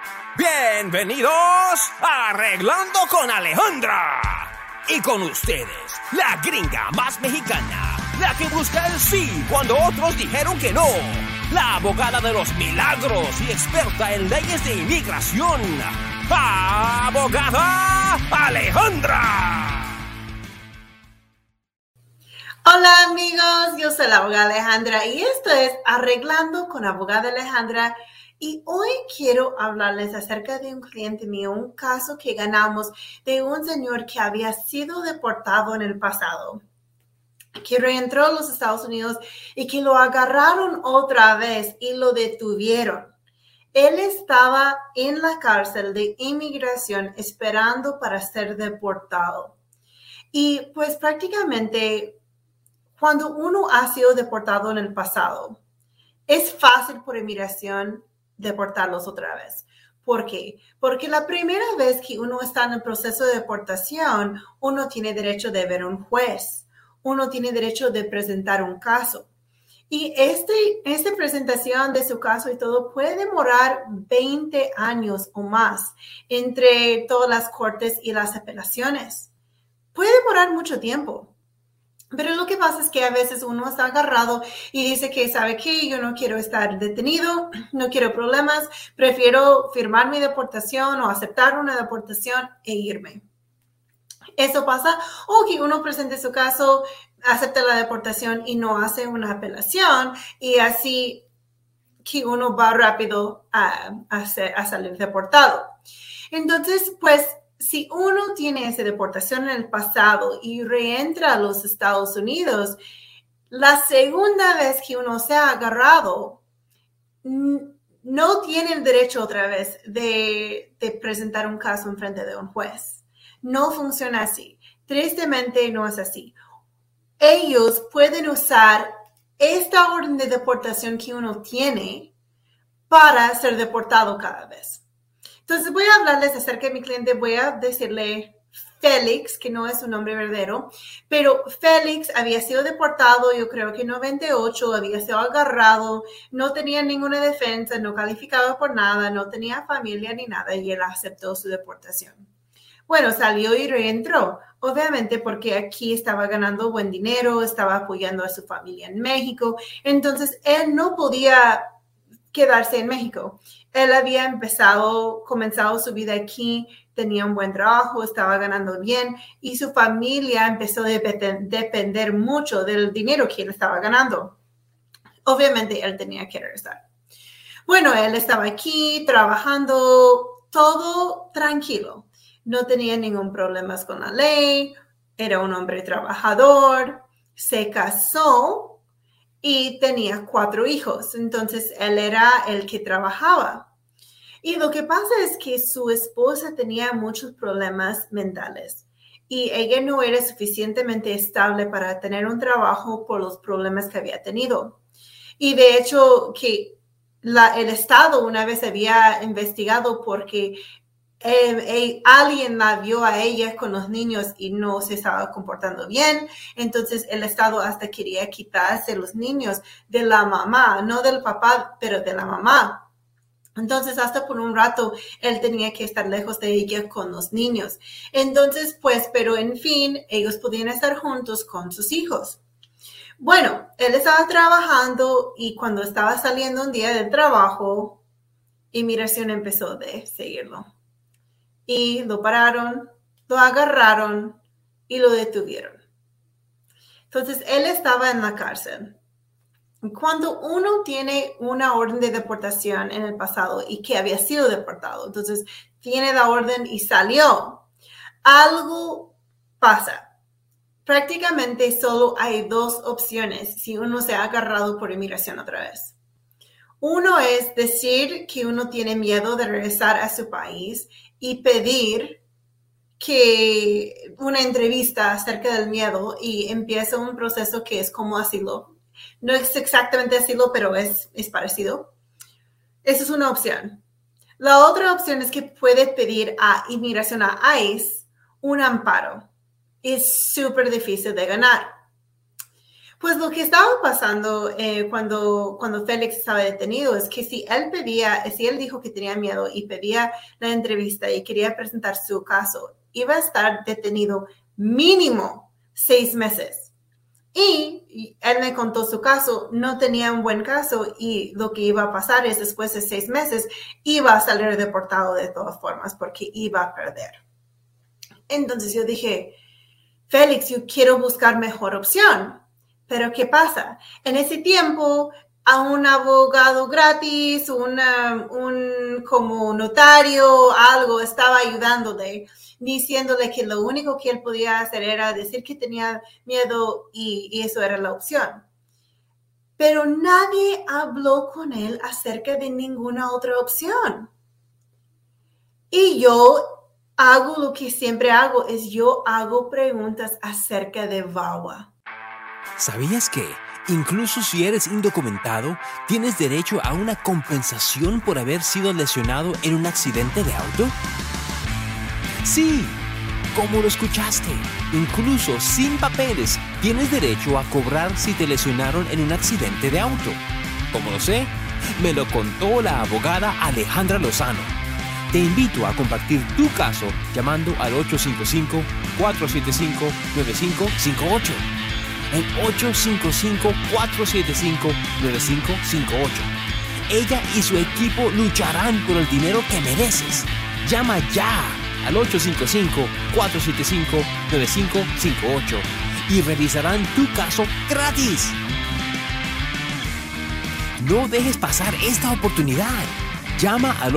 Bienvenidos a Arreglando con Alejandra. Y con ustedes, la gringa más mexicana, la que busca el sí cuando otros dijeron que no, la abogada de los milagros y experta en leyes de inmigración, abogada Alejandra. Hola amigos, yo soy la abogada Alejandra y esto es Arreglando con abogada Alejandra. Y hoy quiero hablarles acerca de un cliente mío, un caso que ganamos de un señor que había sido deportado en el pasado, que reentró a los Estados Unidos y que lo agarraron otra vez y lo detuvieron. Él estaba en la cárcel de inmigración esperando para ser deportado. Y pues prácticamente cuando uno ha sido deportado en el pasado, es fácil por inmigración deportarlos otra vez. ¿Por qué? Porque la primera vez que uno está en el proceso de deportación, uno tiene derecho de ver un juez. Uno tiene derecho de presentar un caso. Y esta presentación de su caso y todo puede demorar 20 años o más entre todas las cortes y las apelaciones. Puede demorar mucho tiempo. Pero lo que pasa es que a veces uno está agarrado y dice que, ¿sabe qué? Yo no quiero estar detenido, no quiero problemas, prefiero firmar mi deportación o aceptar una deportación e irme. Eso pasa, o que uno presente su caso, acepta la deportación y no hace una apelación y así que uno va rápido a salir deportado. Entonces, pues, si uno tiene esa deportación en el pasado y reentra a los Estados Unidos, la segunda vez que uno se ha agarrado, no tiene el derecho otra vez de presentar un caso en frente de un juez. No funciona así. Tristemente no es así. Ellos pueden usar esta orden de deportación que uno tiene para ser deportado cada vez. Entonces voy a hablarles acerca de mi cliente, voy a decirle Félix, que no es su nombre verdadero, pero Félix había sido deportado, yo creo que en 98, había sido agarrado, no tenía ninguna defensa, no calificaba por nada, no tenía familia ni nada y él aceptó su deportación. Bueno, salió y reentró, obviamente porque aquí estaba ganando buen dinero, estaba apoyando a su familia en México, entonces él no podía quedarse en México. Él había comenzado su vida aquí, tenía un buen trabajo, estaba ganando bien y su familia empezó a depender mucho del dinero que él estaba ganando. Obviamente él tenía que regresar. Bueno, él estaba aquí trabajando, todo tranquilo. No tenía ningún problema con la ley, era un hombre trabajador, se casó y tenía 4 hijos. Entonces, él era el que trabajaba. Y lo que pasa es que su esposa tenía muchos problemas mentales y ella no era suficientemente estable para tener un trabajo por los problemas que había tenido. Y de hecho, que el Estado una vez había investigado porque alguien la vio a ella con los niños y no se estaba comportando bien. Entonces el Estado hasta quería quitarse los niños de la mamá, no del papá, pero de la mamá. Entonces hasta por un rato él tenía que estar lejos de ella con los niños. Entonces pues, pero en fin, ellos podían estar juntos con sus hijos. Bueno, él estaba trabajando y cuando estaba saliendo un día del trabajo, inmigración empezó a seguirlo. Y lo pararon, lo agarraron y lo detuvieron. Entonces, él estaba en la cárcel. Cuando uno tiene una orden de deportación en el pasado y que había sido deportado, entonces tiene la orden y salió, algo pasa. Prácticamente solo hay 2 opciones si uno se ha agarrado por inmigración otra vez. Uno es decir que uno tiene miedo de regresar a su país y pedir que una entrevista acerca del miedo y empieza un proceso que es como asilo. No es exactamente asilo, pero es parecido. Esa es una opción. La otra opción es que puede pedir a inmigración a ICE un amparo. Es súper difícil de ganar. Pues lo que estaba pasando cuando Félix estaba detenido es que si él dijo que tenía miedo y pedía la entrevista y quería presentar su caso, iba a estar detenido mínimo 6 meses. Y él me contó su caso, no tenía un buen caso y lo que iba a pasar es después de 6 meses iba a salir deportado de todas formas porque iba a perder. Entonces yo dije, Félix, yo quiero buscar mejor opción. Pero ¿qué pasa? En ese tiempo, a un abogado gratis, un como notario, algo, estaba ayudándole, diciéndole que lo único que él podía hacer era decir que tenía miedo y eso era la opción. Pero nadie habló con él acerca de ninguna otra opción. Y yo hago lo que siempre hago, es yo hago preguntas acerca de VAWA. ¿Sabías que, incluso si eres indocumentado, tienes derecho a una compensación por haber sido lesionado en un accidente de auto? Sí, como lo escuchaste, incluso sin papeles, tienes derecho a cobrar si te lesionaron en un accidente de auto. ¿Cómo lo sé? Me lo contó la abogada Alejandra Lozano. Te invito a compartir tu caso llamando al 855-475-9558. El 855-475-9558. Ella y su equipo lucharán por el dinero que mereces. Llama ya al 855-475-9558 y revisarán tu caso gratis. No dejes pasar esta oportunidad. Llama al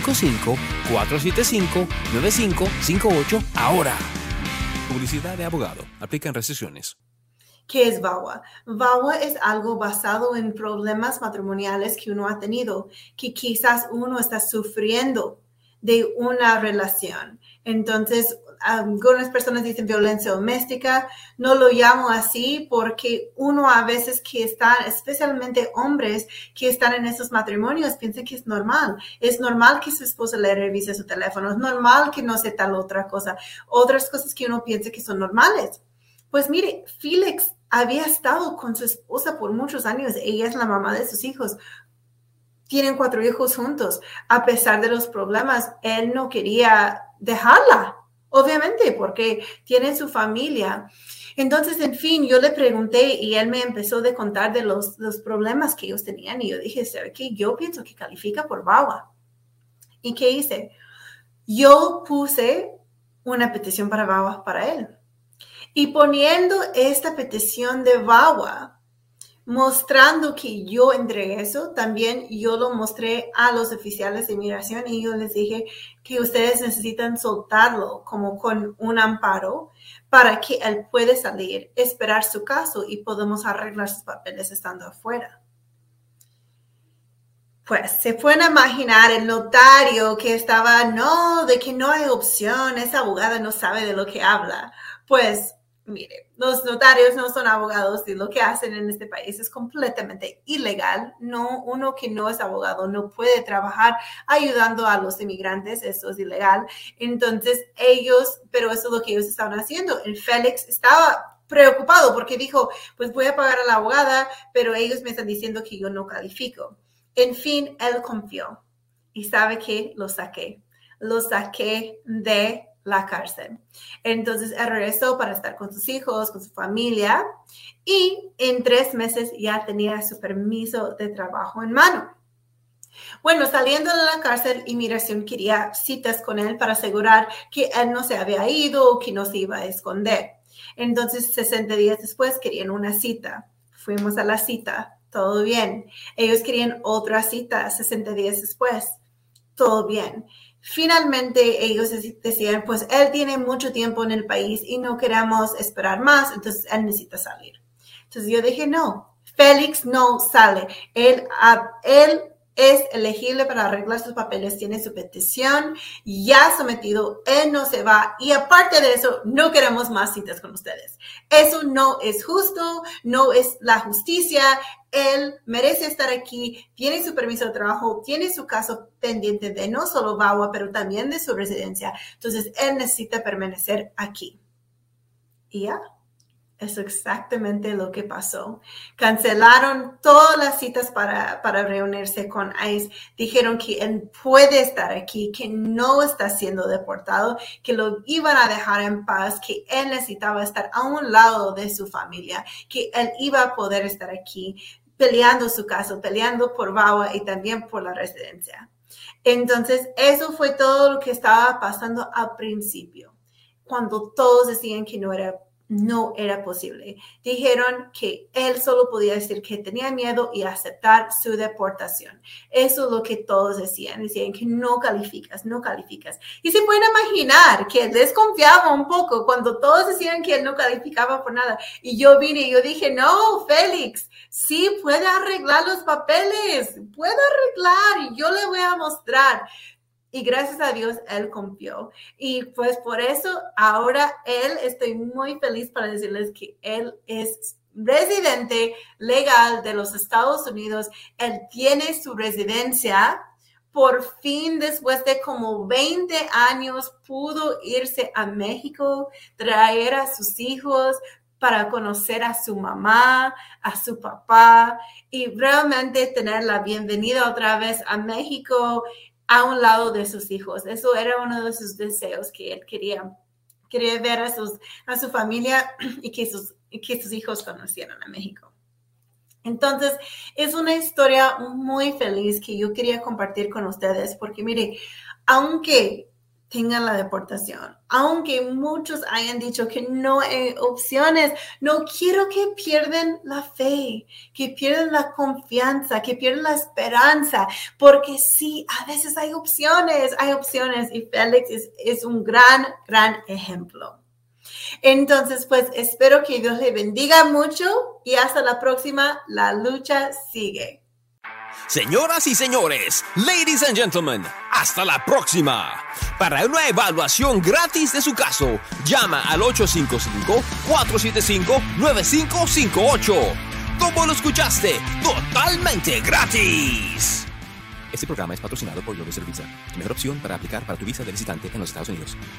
855-475-9558 ahora. Publicidad de abogado. Aplican restricciones. ¿Qué es VAWA? VAWA es algo basado en problemas matrimoniales que uno ha tenido, que quizás uno está sufriendo de una relación. Entonces, algunas personas dicen violencia doméstica. No lo llamo así porque uno a veces que está, especialmente hombres que están en esos matrimonios, piensan que es normal. Es normal que su esposa le revise su teléfono. Es normal que no sea tal otra cosa. Otras cosas que uno piensa que son normales. Pues mire, Félix había estado con su esposa por muchos años. Ella es la mamá de sus hijos. Tienen 4 hijos juntos. A pesar de los problemas, él no quería dejarla, obviamente, porque tiene su familia. Entonces, en fin, yo le pregunté y él me empezó a contar de los problemas que ellos tenían. Y yo dije, ¿sabe qué? Yo pienso que califica por VAWA. ¿Y qué hice? Yo puse una petición para VAWA para él. Y poniendo esta petición de VAWA, mostrando que yo entregué eso, también yo lo mostré a los oficiales de inmigración y yo les dije que ustedes necesitan soltarlo como con un amparo para que él pueda salir, esperar su caso y podemos arreglar sus papeles estando afuera. Pues se pueden imaginar el notario que estaba, de que no hay opción, esa abogada no sabe de lo que habla. Pues mire, los notarios no son abogados y lo que hacen en este país es completamente ilegal. Uno que no es abogado no puede trabajar ayudando a los inmigrantes, eso es ilegal. Entonces pero eso es lo que ellos estaban haciendo. El Félix estaba preocupado porque dijo, pues voy a pagar a la abogada, pero ellos me están diciendo que yo no califico. En fin, él confió y ¿sabe qué? Lo saqué de la cárcel. Entonces, él regresó para estar con sus hijos, con su familia, y en 3 meses ya tenía su permiso de trabajo en mano. Bueno, saliendo de la cárcel, inmigración quería citas con él para asegurar que él no se había ido o que no se iba a esconder. Entonces, 60 días después querían una cita. Fuimos a la cita, todo bien. Ellos querían otra cita 60 días después, todo bien. Finalmente ellos decían, pues él tiene mucho tiempo en el país y no queremos esperar más, entonces él necesita salir. Entonces yo dije, no, Félix no sale. Él es elegible para arreglar sus papeles, tiene su petición ya sometido, él no se va y aparte de eso, no queremos más citas con ustedes. Eso no es justo, no es la justicia. Él merece estar aquí, tiene su permiso de trabajo, tiene su caso pendiente de no solo VAWA, pero también de su residencia. Entonces, él necesita permanecer aquí. Y ya. Es exactamente lo que pasó. Cancelaron todas las citas para reunirse con ICE. Dijeron que él puede estar aquí, que no está siendo deportado, que lo iban a dejar en paz, que él necesitaba estar a un lado de su familia, que él iba a poder estar aquí peleando su caso, peleando por VAWA y también por la residencia. Entonces, eso fue todo lo que estaba pasando al principio, cuando todos decían que no era posible. Dijeron que él solo podía decir que tenía miedo y aceptar su deportación. Eso es lo que todos decían. Decían que no calificas. Y se pueden imaginar que él desconfiaba un poco cuando todos decían que él no calificaba por nada. Y yo vine y yo dije, no, Félix, sí puede arreglar los papeles. Puede arreglar y yo le voy a mostrar. Y gracias a Dios, él confió. Y pues por eso ahora estoy muy feliz para decirles que él es residente legal de los Estados Unidos. Él tiene su residencia. Por fin, después de como 20 años, pudo irse a México, traer a sus hijos para conocer a su mamá, a su papá y realmente tener la bienvenida otra vez a México, a un lado de sus hijos. Eso era uno de sus deseos, que él quería ver a su familia y que sus hijos conocieran a México. Entonces, es una historia muy feliz que yo quería compartir con ustedes, porque mire, aunque tengan la deportación, aunque muchos hayan dicho que no hay opciones, no quiero que pierdan la fe, que pierdan la confianza, que pierdan la esperanza, porque sí, a veces hay opciones y Félix es un gran ejemplo. Entonces, pues espero que Dios le bendiga mucho y hasta la próxima. La lucha sigue. Señoras y señores, ladies and gentlemen, hasta la próxima. Para una evaluación gratis de su caso, llama al 855-475-9558. ¿Cómo lo escuchaste? Totalmente gratis. Este programa es patrocinado por Global Visa, la mejor opción para aplicar para tu visa de visitante en los Estados Unidos.